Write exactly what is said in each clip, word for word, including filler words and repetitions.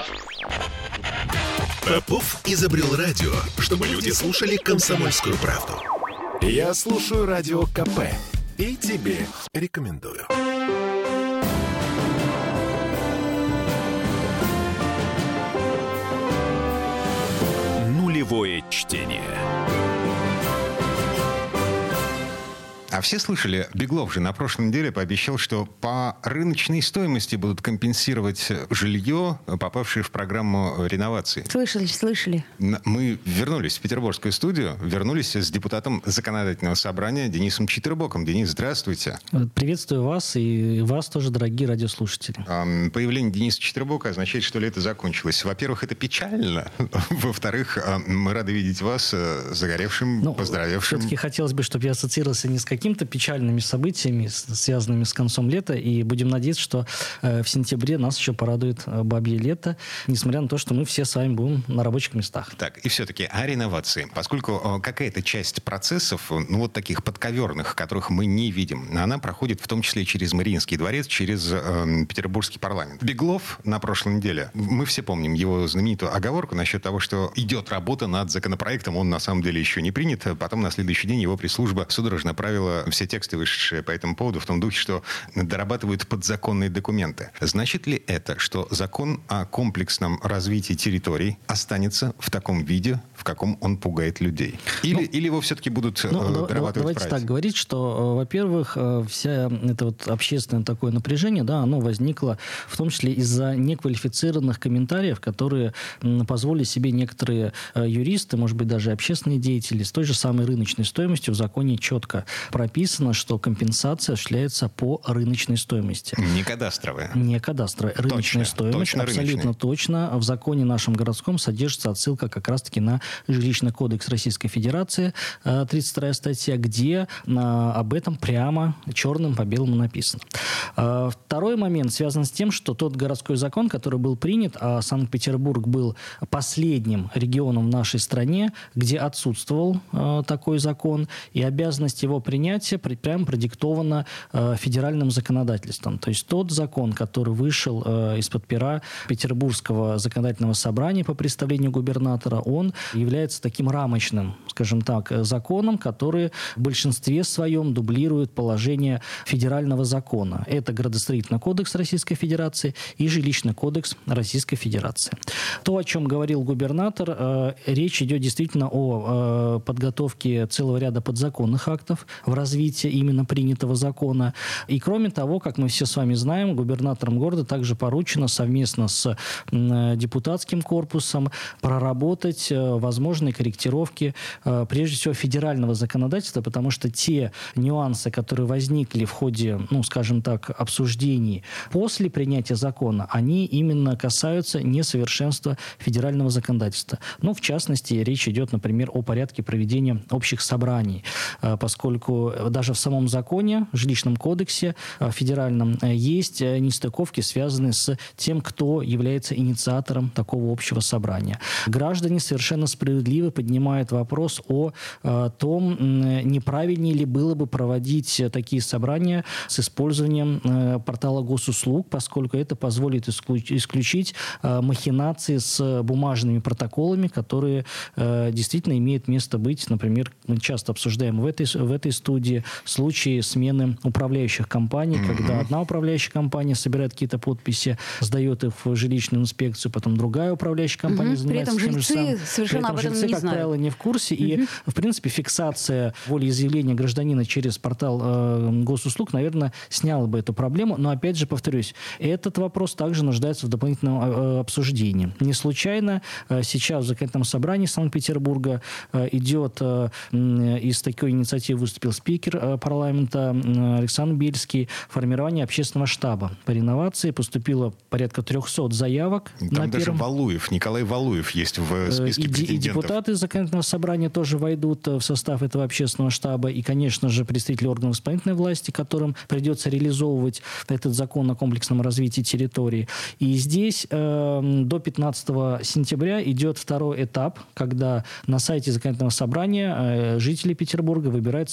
Попов изобрел радио, чтобы люди слушали «Комсомольскую правду». Я слушаю Радио КП и тебе рекомендую. Нулевое чтение. А все слышали, Беглов же на прошлой неделе пообещал, что по рыночной стоимости будут компенсировать жилье, попавшее в программу реновации. Слышали, слышали. Мы вернулись в петербургскую студию, вернулись с депутатом Законодательного собрания Денисом Читербоком. Денис, здравствуйте. Приветствую вас и вас тоже, дорогие радиослушатели. Появление Дениса Читербока означает, что лето закончилось. Во-первых, это печально. Во-вторых, мы рады видеть вас загоревшим, ну, поздравевшим. Все-таки хотелось бы, чтобы я ассоциировался не с каким какими-то печальными событиями, связанными с концом лета, и будем надеяться, что э, в сентябре нас еще порадует э, бабье лето, несмотря на то, что мы все с вами будем на рабочих местах. Так, и все-таки о реновации. Поскольку э, какая-то часть процессов, ну вот таких подковерных, которых мы не видим, она проходит в том числе через Мариинский дворец, через э, Петербургский парламент. Беглов на прошлой неделе, мы все помним его знаменитую оговорку насчет того, что идет работа над законопроектом, он на самом деле еще не принят, потом на следующий день его пресс-служба судорожно правила все тексты, вышедшие по этому поводу, в том духе, что дорабатывают подзаконные документы. Значит ли это, что закон о комплексном развитии территорий останется в таком виде, в каком он пугает людей? Или, ну, или его все-таки будут ну, дорабатывать Давайте править? так говорить, что, во-первых, вся это вот общественное такое напряжение, да, оно возникло в том числе из-за неквалифицированных комментариев, которые позволили себе некоторые юристы, может быть, даже общественные деятели, с той же самой рыночной стоимостью в законе четко прописано, что компенсация осуществляется по рыночной стоимости. Не кадастровая. Не кадастровая. Рыночная точно, стоимость. Точно абсолютно рыночная. Точно. В законе нашем городском содержится отсылка как раз-таки на Жилищный кодекс Российской Федерации, тридцать вторая статья, где об этом прямо черным по белому написано. Второй момент связан с тем, что тот городской закон, который был принят, а Санкт-Петербург был последним регионом в нашей стране, где отсутствовал такой закон, и обязанность его принятия прямо продиктована федеральным законодательством. То есть тот закон, который вышел из-под пера Петербургского законодательного собрания по представлению губернатора, он является таким рамочным, скажем так, законом, который в большинстве своем дублирует положение федерального закона. Это Градостроительный кодекс Российской Федерации и Жилищный кодекс Российской Федерации. То, о чем говорил губернатор, речь идет действительно о подготовке целого ряда подзаконных актов в развитии именно принятого закона. И кроме того, как мы все с вами знаем, губернатором города также поручено совместно с депутатским корпусом проработать возможные корректировки, прежде всего, федерального законодательства, потому что те нюансы, которые возникли в ходе, ну, скажем так, обсуждений после принятия закона, они именно касаются несовершенства федерального законодательства. Ну, в частности, речь идет, например, о порядке проведения общих собраний, поскольку даже в самом законе, в жилищном кодексе федеральном, есть нестыковки, связанные с тем, кто является инициатором такого общего собрания. Граждане совершенно справедливо поднимают вопрос о том, неправильнее ли было бы проводить такие собрания с использованием портала госуслуг, поскольку это позволит исключить махинации с бумажными протоколами, которые действительно имеют место быть. Например, мы часто обсуждаем в этой, в этой студии случаи смены управляющих компаний, mm-hmm. когда одна управляющая компания собирает какие-то подписи, сдает их в жилищную инспекцию, потом другая управляющая компания mm-hmm. занимается тем же самым. Совершенно При этом об этом жильцы, не как знают. правило, не в курсе. Mm-hmm. И, в принципе, фиксация волеизъявления гражданина через портал э, госуслуг, наверное, сняла бы эту проблему. Но, опять же, повторюсь, этот вопрос также нуждается в дополнительном э, обсуждении. Не случайно э, сейчас в законодательном собрании Санкт-Петербурга э, идет э, из такой инициативы выступил спикер э, парламента э, Александр Бельский, формирование общественного штаба по реновации. Поступило порядка трехсот заявок. Там на даже первом... Валуев, Николай Валуев есть в списке и, претендентов. И депутаты законодательного собрания тоже войдут в состав этого общественного штаба. И, конечно же, представители органов исполнительной власти, которым придется реализовывать этот закон о комплексном развитии территории. И здесь э, до пятнадцатого сентября идет второй этап, когда на сайте законодательного собрания э, жители Петербурга выбирают своих будущих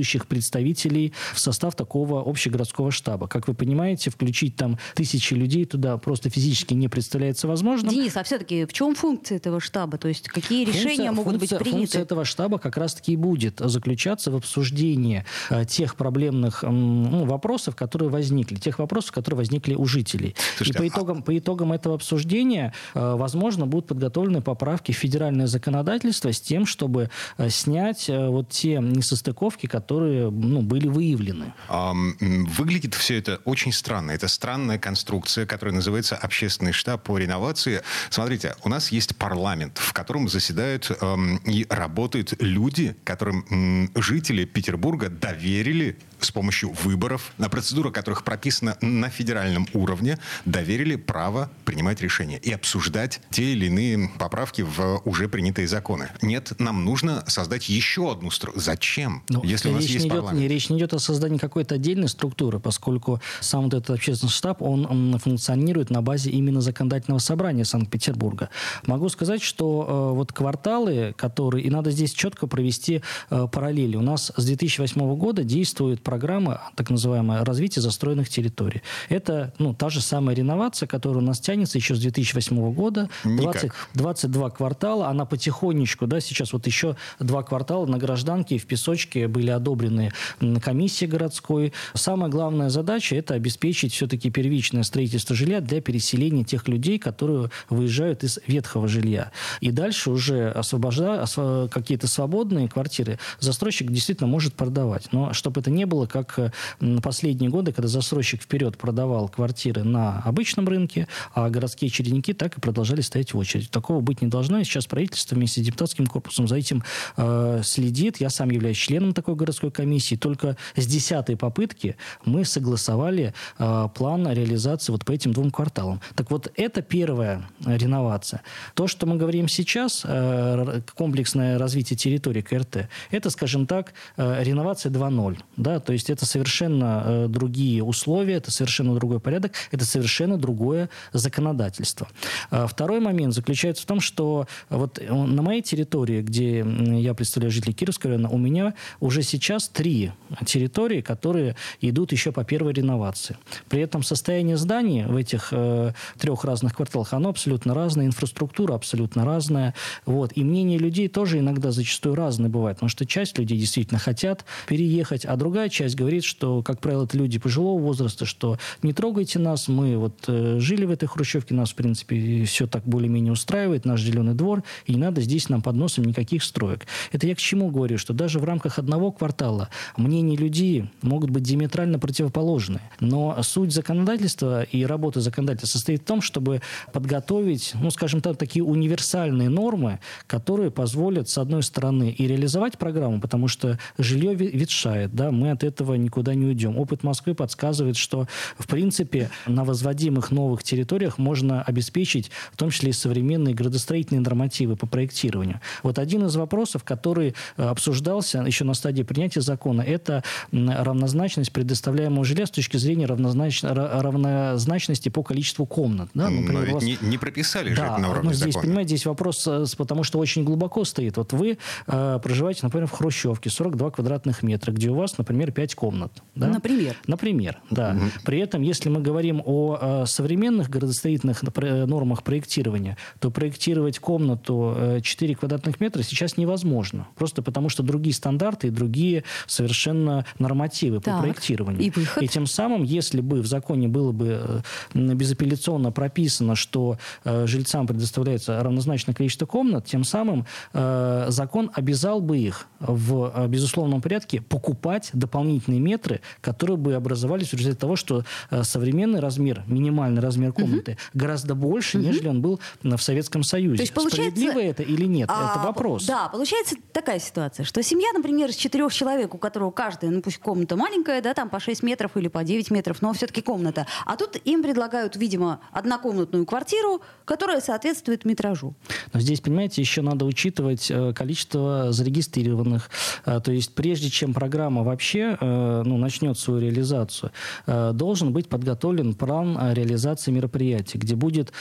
будущих представителей в состав такого общегородского штаба. Как вы понимаете, включить там тысячи людей туда просто физически не представляется возможным. Денис, а все-таки в чем функция этого штаба? То есть какие функция, решения могут функция, быть приняты? Функция этого штаба как раз-таки и будет заключаться в обсуждении э, тех проблемных э, ну, вопросов, которые возникли, тех вопросов, которые возникли у жителей. Слушайте, и по итогам, а... по итогам этого обсуждения, э, возможно, будут подготовлены поправки в федеральное законодательство с тем, чтобы э, снять э, вот те несостыковки, которые ну, были выявлены. Um, выглядит все это очень странно. Это странная конструкция, которая называется общественный штаб по реновации. Смотрите, у нас есть парламент, в котором заседают эм, и работают люди, которым эм, жители Петербурга доверили с помощью выборов, на процедуру которых прописана на федеральном уровне, доверили право принимать решения и обсуждать те или иные поправки в уже принятые законы. Нет, нам нужно создать еще одну структуру. Зачем? Ну, если у нас есть идет, парламент? Не, речь не идет о создании какой-то отдельной структуры, поскольку сам вот этот общественный штаб, он, он функционирует на базе именно законодательного собрания Санкт-Петербурга. Могу сказать, что э, вот кварталы, которые... И надо здесь четко провести э, параллели. У нас с две тысячи восьмого года действует программа, так называемая, развитие застроенных территорий. Это ну, та же самая реновация, которая у нас тянется еще с две тысячи восьмого года. двадцать, двадцать два квартала. Она потихонечку, да, сейчас вот еще два квартала на Гражданке и в Песочке были одобрены комиссией городской. Самая главная задача – это обеспечить все-таки первичное строительство жилья для переселения тех людей, которые выезжают из ветхого жилья. И дальше уже освобождая осв... какие-то свободные квартиры застройщик действительно может продавать. Но чтобы это не было, как на последние годы, когда застройщик вперед продавал квартиры на обычном рынке, а городские очередники так и продолжали стоять в очередь. Такого быть не должно. И сейчас правительство вместе с депутатским корпусом за этим э, следит. Я сам являюсь членом такой городской комиссии. Только с десятой попытки мы согласовали э, план реализации вот по этим двум кварталам. Так вот, это первая реновация. То, что мы говорим сейчас, э, комплексное развитие территории КРТ, это, скажем так, э, реновация два ноль. Да? То есть это совершенно э, другие условия, это совершенно другой порядок, это совершенно другое законодательство. Э, второй момент заключается в том, что вот на моей территории, где я представляю жителей Кировского района, у меня уже сейчас три территории, которые идут еще по первой реновации. При этом состояние зданий в этих э, трех разных кварталах, оно абсолютно разное, инфраструктура абсолютно разная. Вот. И мнение людей тоже иногда зачастую разное бывает, потому что часть людей действительно хотят переехать, а другая часть говорит, что, как правило, это люди пожилого возраста, что не трогайте нас, мы вот э, жили в этой хрущевке, нас, в принципе, все так более-менее устраивает, наш зеленый двор, и не надо здесь нам под носом никаких строек. Это я к чему говорю, что даже в рамках одного квартала мнения людей могут быть диаметрально противоположны. Но суть законодательства и работа законодательства состоит в том, чтобы подготовить, ну, скажем так, такие универсальные нормы, которые позволят, с одной стороны, и реализовать программу, потому что жилье ветшает, да, мы от этого никуда не уйдем. Опыт Москвы подсказывает, что, в принципе, на возводимых новых территориях можно обеспечить, в том числе и современные градостроительные нормативы по проектированию. Вот один из вопросов, который обсуждался еще на стадии принятия закона, это равнозначность предоставляемого жилья с точки зрения равнознач... равнозначности по количеству комнат. Да? Например, но вас... не, не прописали да, же это на уровне но здесь, закона. понимаете, здесь вопрос, потому что очень глубоко стоит. Вот вы э, проживаете, например, в хрущевке, сорок два квадратных метра, где у вас, например, пять комнат. Да? Например. Например, да. Угу. При этом, если мы говорим о, о современных градостроительных нормах проектирования, то проектировать комнату э, четыре квадратных метра сейчас невозможно. Просто потому, что другие стандарты и другие совершенно нормативы так, по проектированию. И выход? И тем самым, если бы в законе было бы э, безапелляционно прописано, что э, жильцам предоставляется равнозначное количество комнат, тем самым э, закон обязал бы их в э, безусловном порядке покупать дополнительные метры, которые бы образовались в результате того, что э, современный размер, минимальный размер комнаты угу. гораздо больше, угу. нежели он был в Советском Союзе. То есть, получается... Справедливо это или нет? А, это вопрос. Да, получается такая ситуация, что семья, например, из четырех человек, у которого каждая, ну пусть комната маленькая, да, там по шесть метров или по девять метров, но все-таки комната. А тут им предлагают, видимо, однокомнатную квартиру, которая соответствует метражу. Но здесь, понимаете, еще надо учитывать количество зарегистрированных. То есть прежде чем программа вообще ну, начнет свою реализацию, должен быть подготовлен план реализации мероприятий, где будет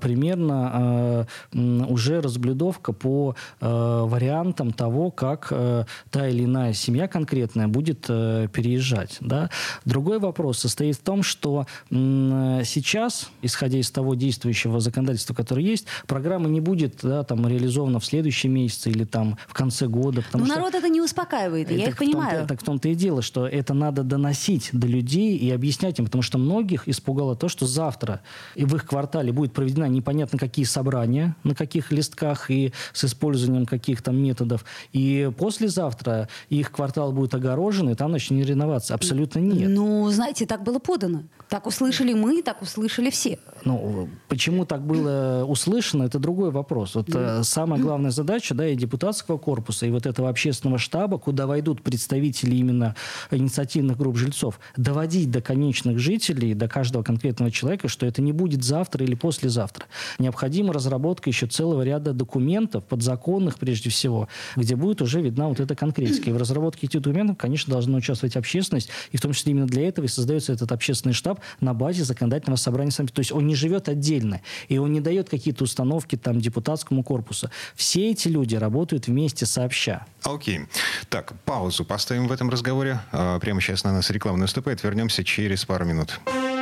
примерно уже разблюдовка по вариантам того, как та или иная семья семья конкретная будет э, переезжать. Да? Другой вопрос состоит в том, что м, сейчас, исходя из того действующего законодательства, которое есть, программа не будет да, там, реализована в следующем месяце или там, в конце года. Но народ это не успокаивает, я их понимаю. Так в том-то и дело, что это надо доносить до людей и объяснять им, потому что многих испугало то, что завтра и в их квартале будет проведена непонятно какие собрания, на каких листках и с использованием каких там методов. И послезавтра их квартал будет огорожен, и там начнет реноваться. Абсолютно нет. Ну, знаете, так было подано. Так услышали мы, так услышали все. Ну, почему так было услышано, это другой вопрос. Вот mm. самая главная задача, да, и депутатского корпуса, и вот этого общественного штаба, куда войдут представители именно инициативных групп жильцов, доводить до конечных жителей, до каждого конкретного человека, что это не будет завтра или послезавтра. Необходима разработка еще целого ряда документов, подзаконных прежде всего, где будет уже видна вот эта конкретика. И в разработке этих документов, конечно, должна участвовать общественность, и в том числе именно для этого и создается этот общественный штаб на базе законодательного собрания. То есть он не живет отдельно, и он не дает какие-то установки там депутатскому корпусу. Все эти люди работают вместе сообща. Окей. Okay. Так, паузу поставим в этом разговоре. Прямо сейчас на нас реклама наступает. Вернемся через пару минут.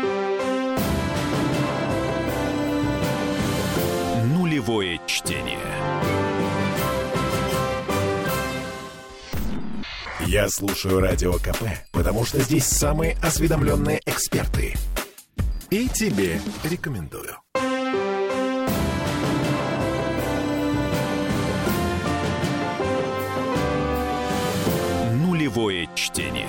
Нулевое чтение. Я слушаю Радио КП, потому что здесь самые осведомленные эксперты. И тебе рекомендую. Нулевое чтение.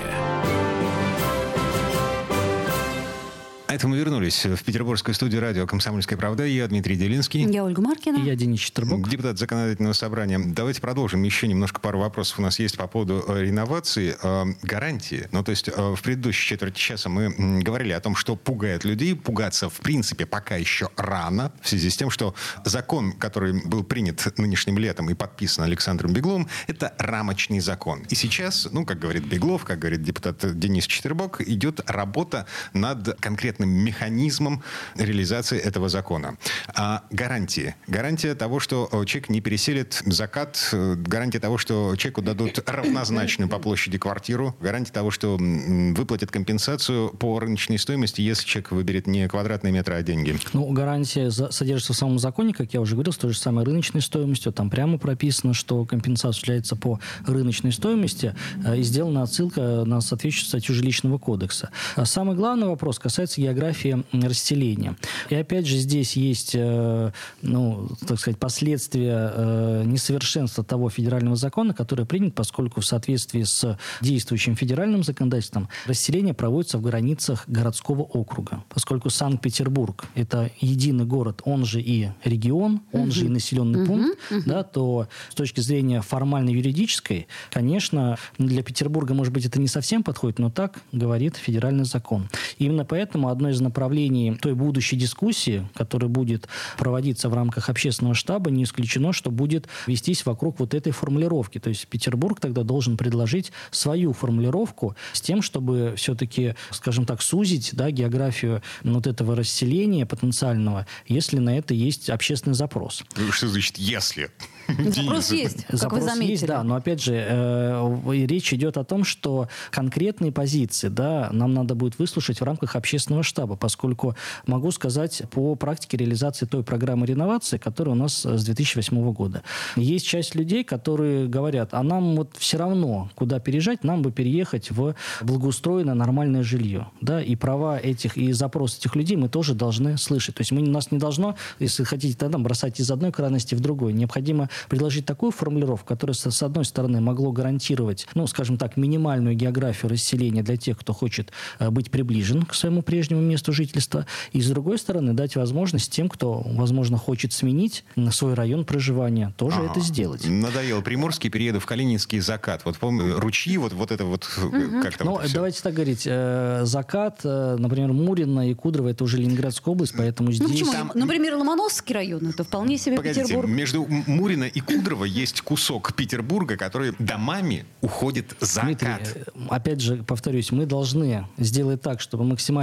А это мы вернулись в петербургскую студию радио «Комсомольская правда». Я Дмитрий Делинский. Я Ольга Маркина. И я Денис Четербок. Депутат законодательного собрания. Давайте продолжим. Еще немножко пару вопросов у нас есть по поводу реновации. Гарантии. Ну, то есть в предыдущей четверти часа мы говорили о том, что пугает людей. Пугаться, в принципе, пока еще рано. В связи с тем, что закон, который был принят нынешним летом и подписан Александром Бегловым, это рамочный закон. И сейчас, ну, как говорит Беглов, как говорит депутат Денис Четербок, идет работа над конкретным механизмом реализации этого закона. А гарантии. Гарантия того, что человек не переселит закат. Гарантия того, что человеку дадут равнозначную по площади квартиру. Гарантия того, что выплатят компенсацию по рыночной стоимости, если человек выберет не квадратные метры, а деньги. Ну, гарантия содержится в самом законе, как я уже говорил, с той же самой рыночной стоимостью. Там прямо прописано, что компенсация осуществляется по рыночной стоимости, и сделана отсылка на соответствующую статью Жилищного кодекса. А самый главный вопрос касается географии расселения. И опять же здесь есть, э, ну, так сказать, последствия э, несовершенства того федерального закона, который принят, поскольку в соответствии с действующим федеральным законодательством расселение проводится в границах городского округа. Поскольку Санкт-Петербург – это единый город, он же и регион, он uh-huh. же и населенный uh-huh. пункт, uh-huh. да, то с точки зрения формально-юридической, конечно, для Петербурга, может быть, это не совсем подходит, но так говорит федеральный закон. Именно поэтому одно из направлений той будущей дискуссии, которая будет проводиться в рамках общественного штаба, не исключено, что будет вестись вокруг вот этой формулировки. То есть Петербург тогда должен предложить свою формулировку с тем, чтобы все-таки, скажем так, сузить, да, географию вот этого расселения потенциального, если на это есть общественный запрос. Что значит «если»? Запрос есть, как Запрос вы заметили. Есть, да, но опять же, э, речь идет о том, что конкретные позиции, да, нам надо будет выслушать в рамках общественного штаба, поскольку могу сказать по практике реализации той программы реновации, которая у нас с две тысячи восьмого года. Есть часть людей, которые говорят, а нам вот все равно, куда переезжать, нам бы переехать в благоустроенное нормальное жилье, да, и права этих, и запросы этих людей мы тоже должны слышать. То есть мы, нас не должно, если хотите, тогда бросать из одной крайности в другую. Необходимо предложить такую формулировку, которая, с одной стороны, могло гарантировать, ну, скажем так, минимальную географию расселения для тех, кто хочет быть приближен к своему прежнему месту жительства, и, с другой стороны, дать возможность тем, кто, возможно, хочет сменить свой район проживания, тоже ага. это сделать. Надоело Приморский, перееду в Калининский закат. Вот помню, ручьи, вот, вот это вот, угу. как там Ну, давайте так говорить, э, закат, э, например, Мурино и Кудрово, это уже Ленинградская область, поэтому здесь... Ну, почему? Там... Например, Ломоносовский район, это вполне себе Погодите, Петербург. Между Мурино и Кудрово есть кусок Петербурга, который домами уходит закат. Дмитрий, опять же, повторюсь, мы должны сделать так, чтобы максимально гарантировать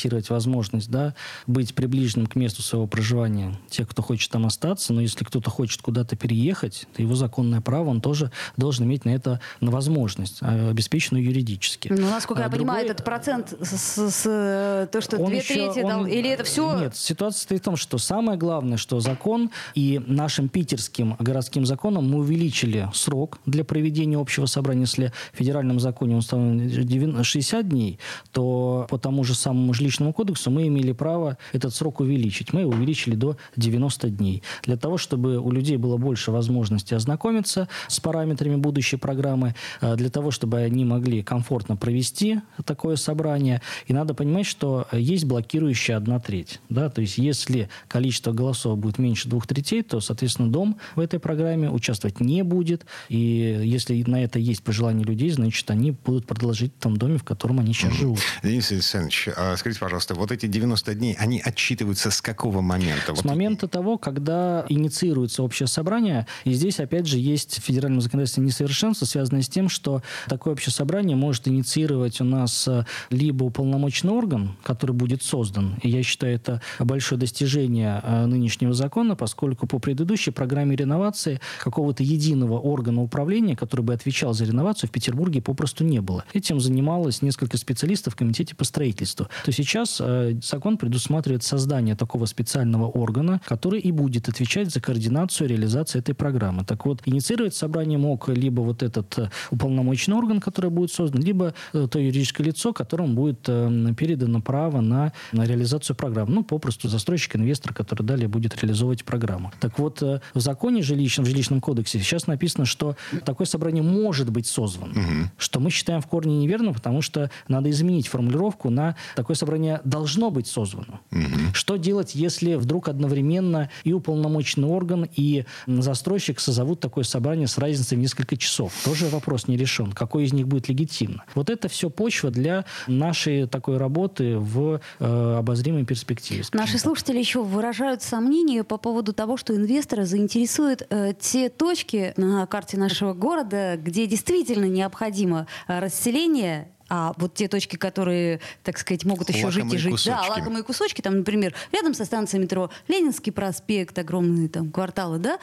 гарантировать возможность, да, быть приближенным к месту своего проживания тех, кто хочет там остаться, но если кто-то хочет куда-то переехать, то его законное право, он тоже должен иметь на это на возможность, обеспеченную юридически. Ну, насколько а я другой... понимаю, этот процент с, с, с то, что две еще, трети, он... или это все... Нет, ситуация состоит в том, что самое главное, что закон и нашим питерским городским законом мы увеличили срок для проведения общего собрания. Если в федеральном законе он установлен шестьдесят дней, то по тому же самому жилищному кодексу мы имели право этот срок увеличить. Мы его увеличили до девяноста дней. Для того, чтобы у людей было больше возможности ознакомиться с параметрами будущей программы, для того, чтобы они могли комфортно провести такое собрание. И надо понимать, что есть блокирующая одна треть. Да? То есть если количество голосов будет меньше двух третей, то, соответственно, дом в этой программе участвовать не будет. И если на это есть пожелание людей, значит, они будут продолжить в том доме, в котором они сейчас mm-hmm. живут. Денис Александрович, а скажите, пожалуйста, вот эти девяносто дней, они отсчитываются с какого момента? С вот момента эти... того, когда инициируется общее собрание. И здесь, опять же, есть в федеральном законодательстве несовершенство, связанное с тем, что такое общее собрание может инициировать у нас либо уполномоченный орган, который будет создан. И я считаю, это большое достижение нынешнего закона, поскольку по предыдущей программе реновации какого-то единого органа управления, который бы отвечал за реновацию, в Петербурге попросту не было. Этим занималось несколько специалистов в комитете по строительству. То сейчас э, закон предусматривает создание такого специального органа, который и будет отвечать за координацию реализации этой программы. Так вот, инициировать собрание мог либо вот этот э, уполномоченный орган, который будет создан, либо э, то юридическое лицо, которому будет э, передано право на, на реализацию программы. Ну, попросту застройщик, инвестор, который далее будет реализовывать программу. Так вот, э, в законе жилищном, в жилищном кодексе сейчас написано, что такое собрание может быть созвано. Угу. Что мы считаем в корне неверно, потому что надо изменить формулировку на «такое собрание должно быть созвано». Угу. Что делать, если вдруг одновременно и уполномоченный орган, и застройщик созовут такое собрание с разницей в несколько часов? Тоже вопрос не решен. Какой из них будет легитимно? Вот это все почва для нашей такой работы в э, обозримой перспективе. Наши так. слушатели еще выражают сомнения по поводу того, что инвестора заинтересуют э, те точки на карте нашего города, где действительно необходимо расселение. А вот те точки, которые, так сказать, могут еще лакомые жить и жить. Кусочки. Да, лакомые кусочки. Там, например, рядом со станцией метро Ленинский проспект, огромные там кварталы, да?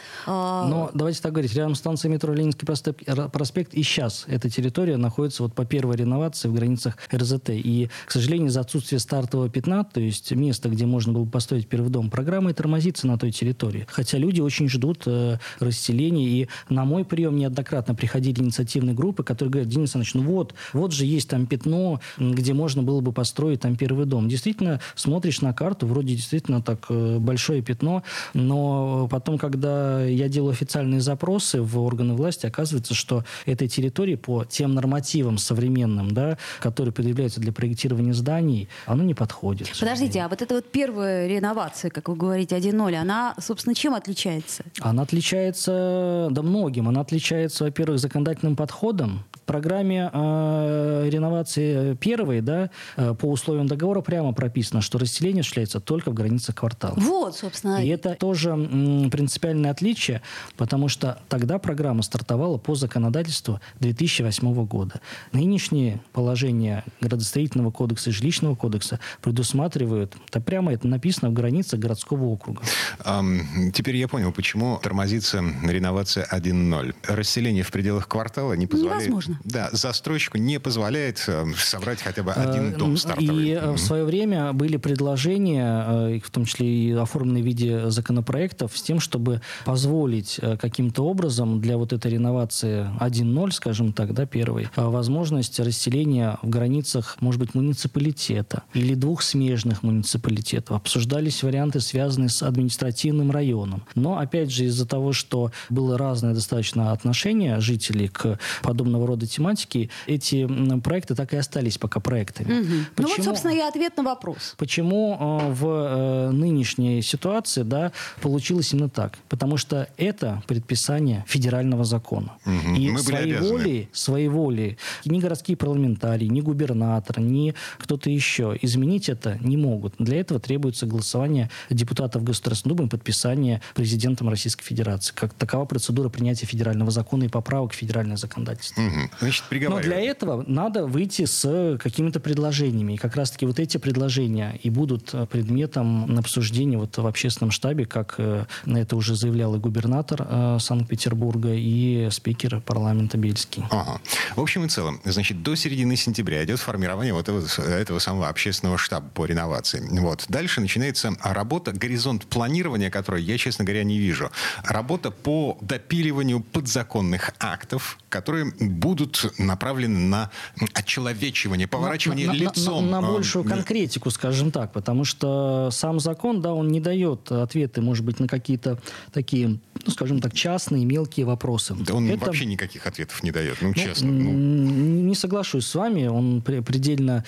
Но давайте так говорить. Рядом с станцией метро Ленинский проспект, проспект и сейчас эта территория находится вот по первой реновации в границах эр зэ тэ. И, к сожалению, из-за отсутствия стартового пятна, то есть место, где можно было построить первый дом, программа и тормозится на той территории. Хотя люди очень ждут э, расселения. И на мой прием неоднократно приходили инициативные группы, которые говорят: Денис Александрович, ну вот, вот же есть там пятно, где можно было бы построить там первый дом. Действительно, смотришь на карту, вроде действительно так большое пятно, но потом, когда я делаю официальные запросы в органы власти, оказывается, что этой территории по тем нормативам современным, да, которые предъявляются для проектирования зданий, оно не подходит. Подождите, а вот эта вот первая реновация, как вы говорите, один ноль, она, собственно, чем отличается? Она отличается, да, многим. Она отличается, во-первых, законодательным подходом. В программе э, реновации первой, да, э, по условиям договора прямо прописано, что расселение осуществляется только в границах квартала. Вот, собственно. И это тоже м, принципиальное отличие, потому что тогда программа стартовала по законодательству две тысячи восьмого года. Нынешние положения градостроительного кодекса и жилищного кодекса предусматривают, да прямо это написано, в границах городского округа. Um, теперь я понял, почему тормозится реновация один ноль. Расселение в пределах квартала не позволяет... Невозможно. Да, застройщику не позволяет э, собрать хотя бы один дом стартовый. И mm-hmm. в свое время были предложения, в том числе и оформленные в виде законопроектов, с тем, чтобы позволить каким-то образом для вот этой реновации один ноль, скажем так, да, первой, возможность расселения в границах, может быть, муниципалитета или двух смежных муниципалитетов. Обсуждались варианты, связанные с административным районом. Но, опять же, из-за того, что было разное достаточно отношение жителей к подобного рода тематике, эти проекты так и остались пока проектами. Угу. Ну вот, собственно, и ответ на вопрос. Почему э, в э, нынешней ситуации, да, получилось именно так? Потому что это предписание федерального закона. Угу. И Мы своей волей, своей волей ни городские парламентарии, ни губернатор, ни кто-то еще изменить это не могут. Для этого требуется голосование депутатов Государственной Думы и подписание президентом Российской Федерации. Как такова процедура принятия федерального закона и поправок в федеральное законодательство. Угу. Значит, но для этого надо выйти с какими-то предложениями. И как раз-таки вот эти предложения и будут предметом обсуждения вот в общественном штабе, как это уже заявлял и губернатор Санкт-Петербурга, и спикер парламента Бельский. Ага. В общем и целом, значит, до середины сентября идет формирование вот этого, этого самого общественного штаба по реновации. Вот. Дальше начинается работа, горизонт планирования, который я, честно говоря, не вижу. Работа по допиливанию подзаконных актов, которые будут направлены на отчеловечивание, поворачивание на, лицом. На, на, на большую конкретику, скажем так, потому что сам закон, да, он не дает ответы, может быть, на какие-то такие, ну, скажем так, частные, мелкие вопросы. Да он Это... вообще никаких ответов не дает, ну, ну честно. Ну... Не соглашусь с вами, он предельно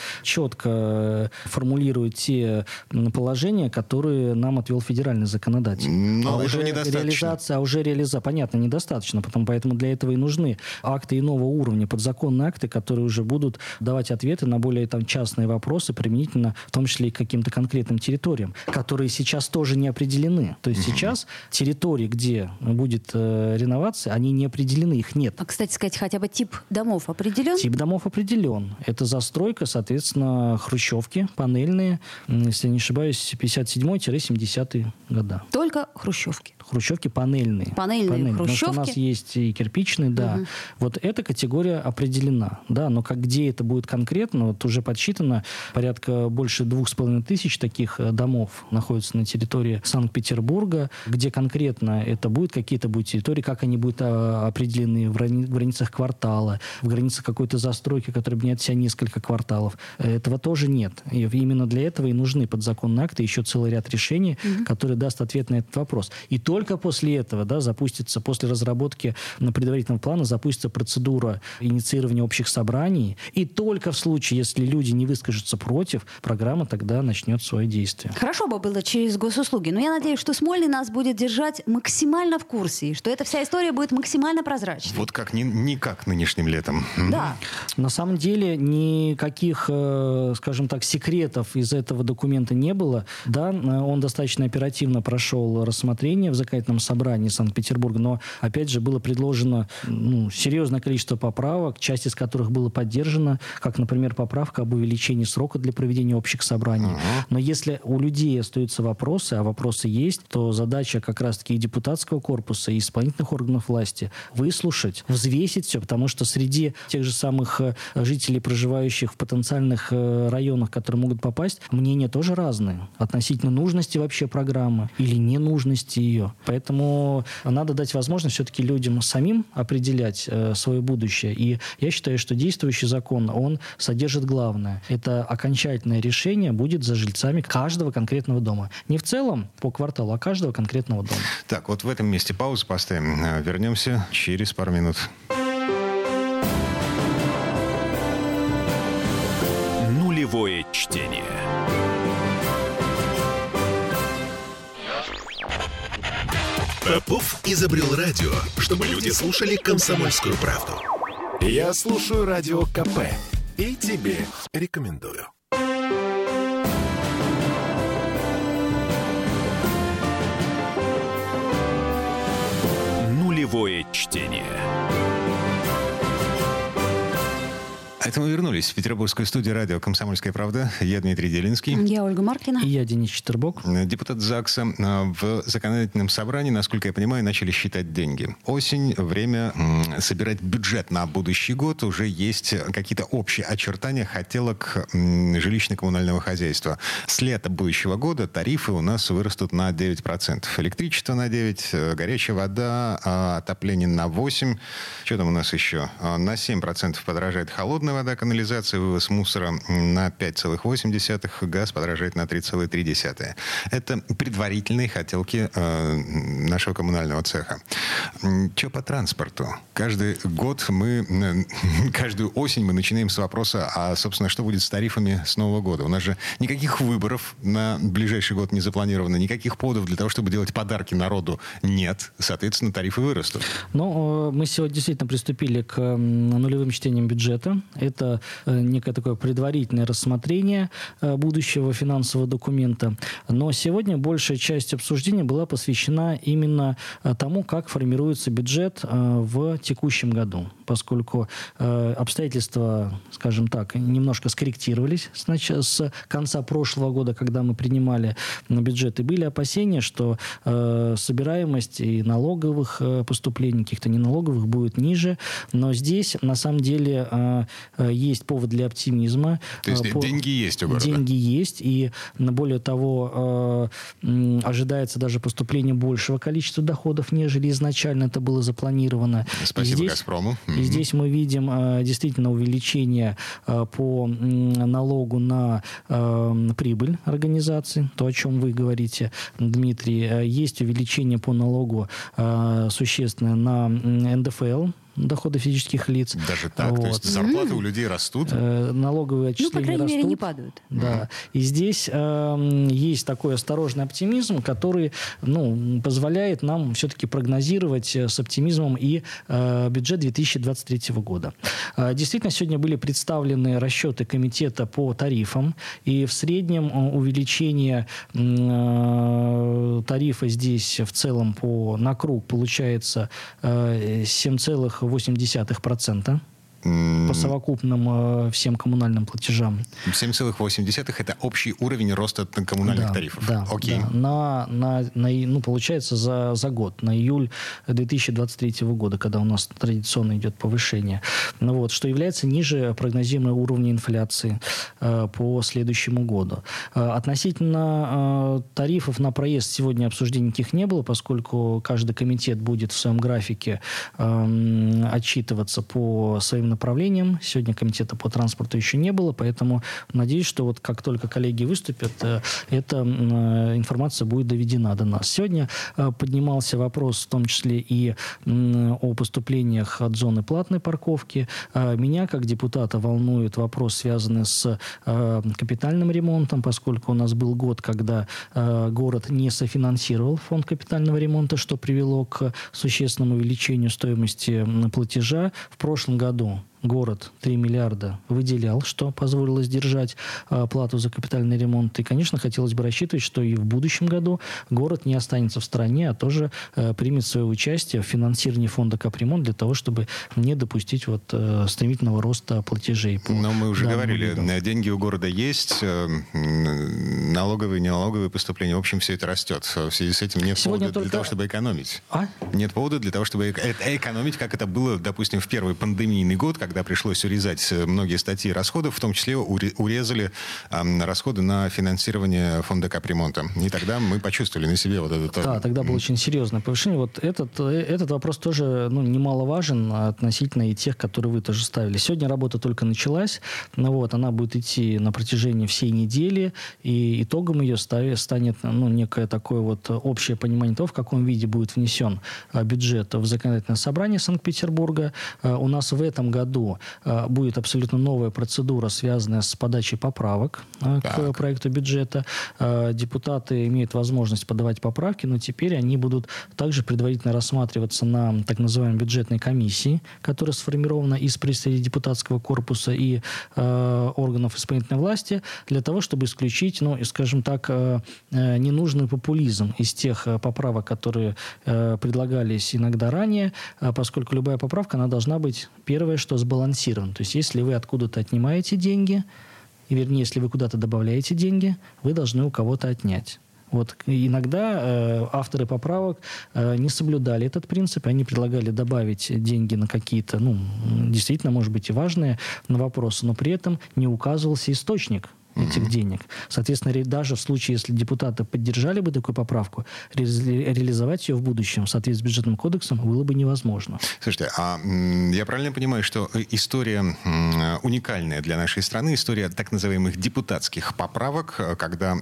четко формулирует те положения, которые нам отвел федеральный законодатель. Но а этого уже недостаточно. Реализация, а уже реализация, понятно, недостаточно, потом, поэтому для этого и нужны акты иного уровня, подзаконные акты, которые уже будут давать ответы на более там, частные вопросы, применительно в том числе и к каким-то конкретным территориям, которые сейчас тоже не определены. То есть mm-hmm. сейчас территории, где будет э, реновация, они не определены, их нет. А, кстати сказать, хотя бы тип домов определен? Тип домов определен. Это застройка, соответственно, хрущевки, панельные, если не ошибаюсь, пятьдесят седьмой - семидесятые года. Только хрущевки? Хрущевки панельные. Панельные, панельные. Хрущевки? Потому что у нас есть и кирпичные, да. Угу. Вот эта категория определена, да, но как, где это будет конкретно, вот уже подсчитано, порядка больше двух с половиной тысяч таких домов находятся на территории Санкт-Петербурга, где конкретно это будет, какие-то будут территории, как они будут определены в границах квартала, в границах какой-то застройки, которая объединяет в себя несколько кварталов. Этого тоже нет. И именно для этого и нужны подзаконные акты, еще целый ряд решений, угу. которые даст ответ на этот вопрос. И только после этого, да, запустится, после разработки предварительного плана, запустится процедура инициирования общих собраний, и только в случае, если люди не выскажутся против, программа тогда начнет свое действие. Хорошо бы было через госуслуги, но я надеюсь, что Смольный нас будет держать максимально в курсе, и что эта вся история будет максимально прозрачной. Вот как, не, не как нынешним летом. Да. На самом деле никаких, скажем так, секретов из этого документа не было. Да, он достаточно оперативно прошел рассмотрение в законодательном собрании Санкт-Петербурга, но, опять же, было предложено ну, серьезное количество поправок, часть из которых была поддержана, как, например, поправка об увеличении срока для проведения общих собраний. Uh-huh. Но если у людей остаются вопросы, а вопросы есть, то задача как раз-таки и депутатского корпуса, и исполнительных органов власти выслушать, взвесить все, потому что среди тех же самых жителей, проживающих в потенциальных районах, которые могут попасть, мнения тоже разные относительно нужности вообще программы или ненужности ее. Поэтому надо дать возможность все-таки людям самим определять э, свое будущее. И я считаю, что действующий закон, он содержит главное. Это окончательное решение будет за жильцами каждого конкретного дома. Не в целом по кварталу, а каждого конкретного дома. Так, вот в этом месте паузу поставим. Вернемся через пару минут. Нулевое чтение. Попов изобрел радио, чтобы люди слушали «Комсомольскую правду». Я слушаю радио КП и тебе рекомендую. Нулевое чтение. Это мы вернулись в петербургскую студию радио «Комсомольская правда». Я Дмитрий Делинский. Я Ольга Маркина. И я Денис Четербок. Депутат ЗАГСа. В законодательном собрании, насколько я понимаю, начали считать деньги. Осень, время м, собирать бюджет на будущий год. Уже есть какие-то общие очертания хотелок м, жилищно-коммунального хозяйства. С лета будущего года тарифы у нас вырастут на девять процентов. Электричество на девять процентов, горячая вода, отопление на восемь процентов. Что там у нас еще? На семь процентов подорожает холодная вода, канализация, вывоз мусора на пять целых восемь десятых, газ подорожает на три целых три десятых. Это предварительные хотелки э, нашего коммунального цеха. Что по транспорту? Каждый год мы, каждую осень мы начинаем с вопроса, а, собственно, что будет с тарифами с Нового года? У нас же никаких выборов на ближайший год не запланировано, никаких поводов для того, чтобы делать подарки народу нет. Соответственно, тарифы вырастут. Ну, мы сегодня действительно приступили к нулевым чтениям бюджета. Это некое такое предварительное рассмотрение будущего финансового документа. Но сегодня большая часть обсуждения была посвящена именно тому, как формируется формируется бюджет в текущем году, поскольку обстоятельства, скажем так, немножко скорректировались с конца прошлого года, когда мы принимали бюджет, и были опасения, что собираемость и налоговых поступлений, каких-то неналоговых, будет ниже, но здесь на самом деле есть повод для оптимизма. То есть По... деньги есть у города? Деньги есть, и более того, ожидается даже поступление большего количества доходов, нежели изначально это было запланировано. Спасибо здесь, «Газпрому». И здесь мы видим действительно увеличение по налогу на прибыль организации, то, о чем вы говорите, Дмитрий. Есть увеличение по налогу существенное на эн дэ эф эл, доходы физических лиц. Даже так? Вот. То есть зарплаты mm-hmm. у людей растут? Э, налоговые отчисления растут. Ну, по крайней растут. мере, не падают. Да. Mm-hmm. И здесь э, есть такой осторожный оптимизм, который ну, позволяет нам все-таки прогнозировать с оптимизмом и э, бюджет две тысячи двадцать третьего года. Э, действительно, сегодня были представлены расчеты комитета по тарифам, и в среднем увеличение э, тарифа здесь в целом по, на круг получается э, семь целых восемь десятых процента. По совокупным э, всем коммунальным платежам. семь целых восемь десятых это общий уровень роста коммунальных да, тарифов. Да, Окей. Да. На, на, на, ну, получается, за, за год, на июль две тысячи двадцать третьего года, когда у нас традиционно идет повышение. Ну, вот, что является ниже прогнозируемого уровня инфляции э, по следующему году. Э, относительно э, тарифов на проезд сегодня обсуждений никаких не было, поскольку каждый комитет будет в своем графике э, отчитываться по своим направлениям. Сегодня комитета по транспорту еще не было, поэтому надеюсь, что вот как только коллеги выступят, эта информация будет доведена до нас. Сегодня поднимался вопрос в том числе и о поступлениях от зоны платной парковки. Меня, как депутата, волнует вопрос, связанный с капитальным ремонтом, поскольку у нас был год, когда город не софинансировал фонд капитального ремонта, что привело к существенному увеличению стоимости платежа. В прошлом году город три миллиарда выделял, что позволило сдержать а, плату за капитальный ремонт. И, конечно, хотелось бы рассчитывать, что и в будущем году город не останется в стороне, а тоже а, примет свое участие в финансировании фонда капремонт для того, чтобы не допустить вот, а, стремительного роста платежей. По Но мы уже говорили, виду. Деньги у города есть, налоговые, неналоговые поступления, в общем, все это растет. В связи с этим нет Сегодня повода только... для того, чтобы экономить. А? Нет повода для того, чтобы экономить, как это было, допустим, в первый пандемийный год, когда когда пришлось урезать многие статьи расходов, в том числе урезали э, расходы на финансирование фонда капремонта. И тогда мы почувствовали на себе вот это... Да, тогда было очень серьезное повышение. Вот этот, этот вопрос тоже ну, немаловажен относительно и тех, которые вы тоже ставили. Сегодня работа только началась, но вот, она будет идти на протяжении всей недели, и итогом ее станет ну, некое такое вот общее понимание того, в каком виде будет внесен бюджет в законодательное собрание Санкт-Петербурга. У нас в этом году будет абсолютно новая процедура, связанная с подачей поправок так. к проекту бюджета. Депутаты имеют возможность подавать поправки, но теперь они будут также предварительно рассматриваться на так называемой бюджетной комиссии, которая сформирована из представителей депутатского корпуса и э, органов исполнительной власти, для того, чтобы исключить, ну, скажем так, э, ненужный популизм из тех поправок, которые э, предлагались иногда ранее, э, поскольку любая поправка, она должна быть, первое, что сбалансирован. То есть, если вы откуда-то отнимаете деньги, и, вернее, если вы куда-то добавляете деньги, вы должны у кого-то отнять. Вот иногда э, авторы поправок э, не соблюдали этот принцип, они предлагали добавить деньги на какие-то, ну, действительно, может быть, и важные вопросы, но при этом не указывался источник этих mm-hmm. денег. Соответственно, даже в случае, если депутаты поддержали бы такую поправку, ре- реализовать ее в будущем в соответствии с бюджетным кодексом было бы невозможно. Слушайте, а я правильно понимаю, что история уникальная для нашей страны, история так называемых депутатских поправок, когда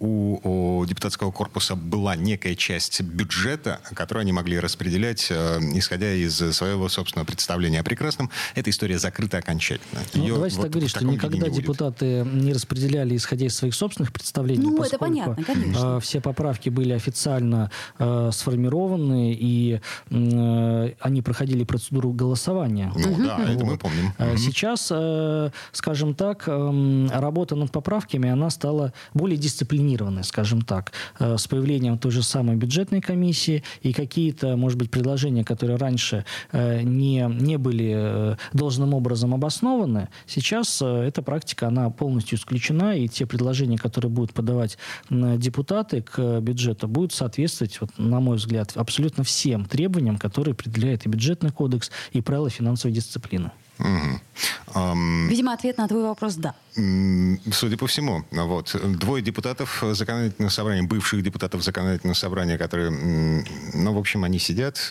у, у депутатского корпуса была некая часть бюджета, которую они могли распределять, исходя из своего собственного представления о прекрасном, эта история закрыта окончательно. Ну, давайте вот так говорить, что никогда депутаты не распределяли определяли, исходя из своих собственных представлений. Ну, это понятно, конечно. Все поправки были официально э, сформированы, и э, они проходили процедуру голосования. Ну угу. да, это вот. Мы помним. Угу. Сейчас, э, скажем так, э, работа над поправками, она стала более дисциплинированной, скажем так, э, с появлением той же самой бюджетной комиссии, и какие-то, может быть, предложения, которые раньше э, не, не были э, должным образом обоснованы, сейчас э, эта практика, она полностью исключена, и те предложения, которые будут подавать э, депутаты к бюджету, будут соответствовать, вот, на мой взгляд, абсолютно всем требованиям, которые определяет и бюджетный кодекс, и правила финансовой дисциплины. Угу. Um, Видимо, ответ на твой вопрос «да». Судя по всему, вот, двое депутатов законодательного собрания, бывших депутатов законодательного собрания, которые, ну, в общем, они сидят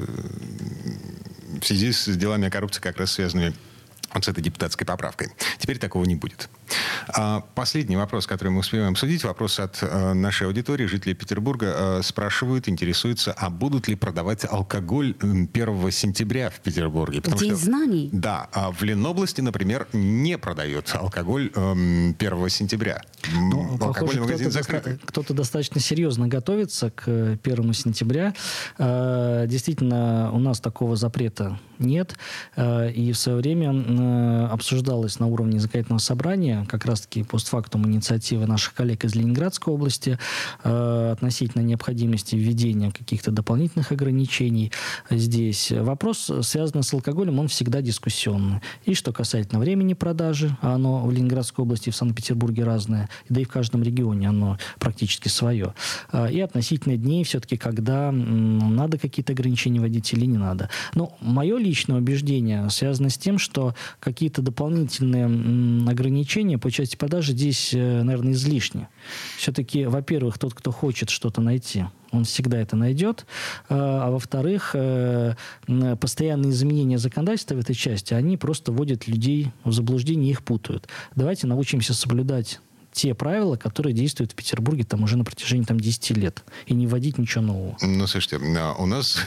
в связи с делами о коррупции, как раз связанными вот с этой депутатской поправкой. Теперь такого не будет. А последний вопрос, который мы успеваем обсудить, вопрос от а, нашей аудитории, жителей Петербурга, а, спрашивают, интересуются, а будут ли продавать алкоголь первого сентября в Петербурге? Потому День что, знаний? Да, а в Ленобласти, например, не продают алкоголь э, первого сентября. Ну, похоже, магазин кто-то, закрыт. Доста- кто-то достаточно серьезно готовится к первому сентября. Э, действительно, у нас такого запрета нет. Э, и в свое время э, обсуждалось на уровне законодательного собрания как раз-таки постфактум инициативы наших коллег из Ленинградской области э, относительно необходимости введения каких-то дополнительных ограничений здесь. Вопрос, связанный с алкоголем, он всегда дискуссионный. И что касательно времени продажи, а оно в Ленинградской области и в Санкт-Петербурге разное, да и в каждом регионе оно практически свое. И относительно дней все-таки, когда надо какие-то ограничения вводить или не надо. Но мое личное убеждение связано с тем, что какие-то дополнительные ограничения по части продажи здесь, наверное, излишни. Все-таки, во-первых, тот, кто хочет что-то найти, он всегда это найдет. А во-вторых, постоянные изменения законодательства в этой части, они просто вводят людей в заблуждение и их путают. Давайте научимся соблюдать те правила, которые действуют в Петербурге там уже на протяжении там, десяти лет, и не вводить ничего нового. Ну, слушайте, у нас,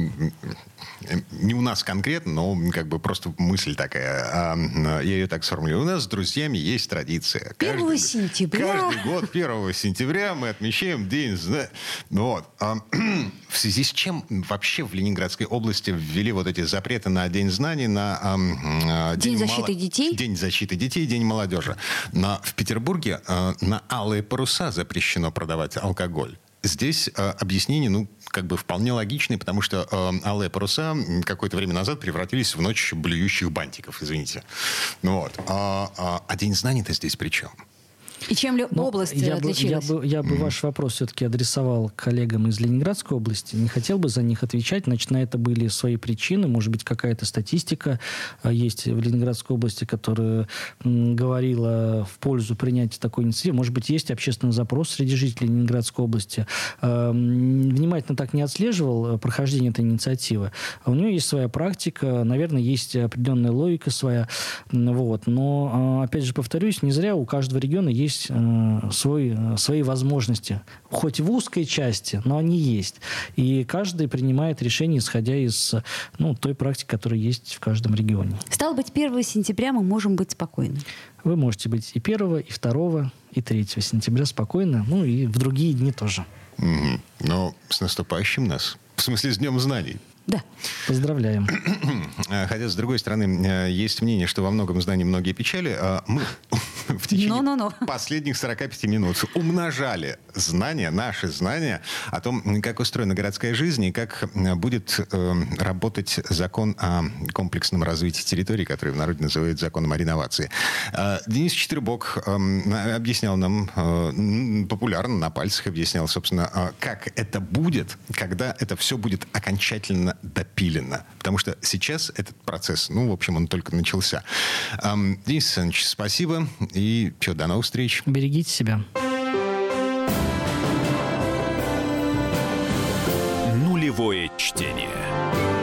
не у нас конкретно, но как бы просто мысль такая, я ее так сформулирую. У нас с друзьями есть традиция. первого сентября. Каждый год первого сентября мы отмечаем День знаний. Вот. В связи с чем вообще в Ленинградской области ввели вот эти запреты на День знаний, на День, День защиты мало... детей? День защиты детей, День молодежи. Но в Петербурге на алые паруса запрещено продавать алкоголь. Здесь э, объяснение, ну, как бы вполне логичное, потому что э, алые паруса какое-то время назад превратились в ночь блюющих бантиков, извините. Ну, вот. А, а, а День знаний-то здесь при чем? И чем ли ну, область я отличилась? Бы, я бы, я бы mm-hmm. ваш вопрос все-таки адресовал коллегам из Ленинградской области. Не хотел бы за них отвечать. Значит, на это были свои причины. Может быть, какая-то статистика есть в Ленинградской области, которая м, говорила в пользу принятия такой инициативы. Может быть, есть общественный запрос среди жителей Ленинградской области. Э, внимательно так не отслеживал прохождение этой инициативы. У нее есть своя практика. Наверное, есть определенная логика своя. Вот. Но, опять же, повторюсь, не зря у каждого региона есть свой, свои возможности. Хоть в узкой части, но они есть. И каждый принимает решение, исходя из ну, той практики, которая есть в каждом регионе. Стало быть, первого сентября мы можем быть спокойны. Вы можете быть и первого, и второго, и третьего сентября спокойно. Ну и в другие дни тоже. Mm-hmm. Но с наступающим нас. В смысле, с Днем знаний. Да. Поздравляем. Хотя, с другой стороны, есть мнение, что во многом знаний многие печали. Мы в течение no, no, no. последних сорока пяти минут умножали знания, наши знания о том, как устроена городская жизнь и как будет э, работать закон о комплексном развитии территории, который в народе называют законом о реновации. Э, Денис Четвербок э, объяснял нам, э, популярно на пальцах объяснял, собственно, э, как это будет, когда это все будет окончательно допилено. Потому что сейчас этот процесс, ну, в общем, он только начался. Э, Денис Александрович, спасибо. И что, до новых встреч. Берегите себя. Нулевое чтение.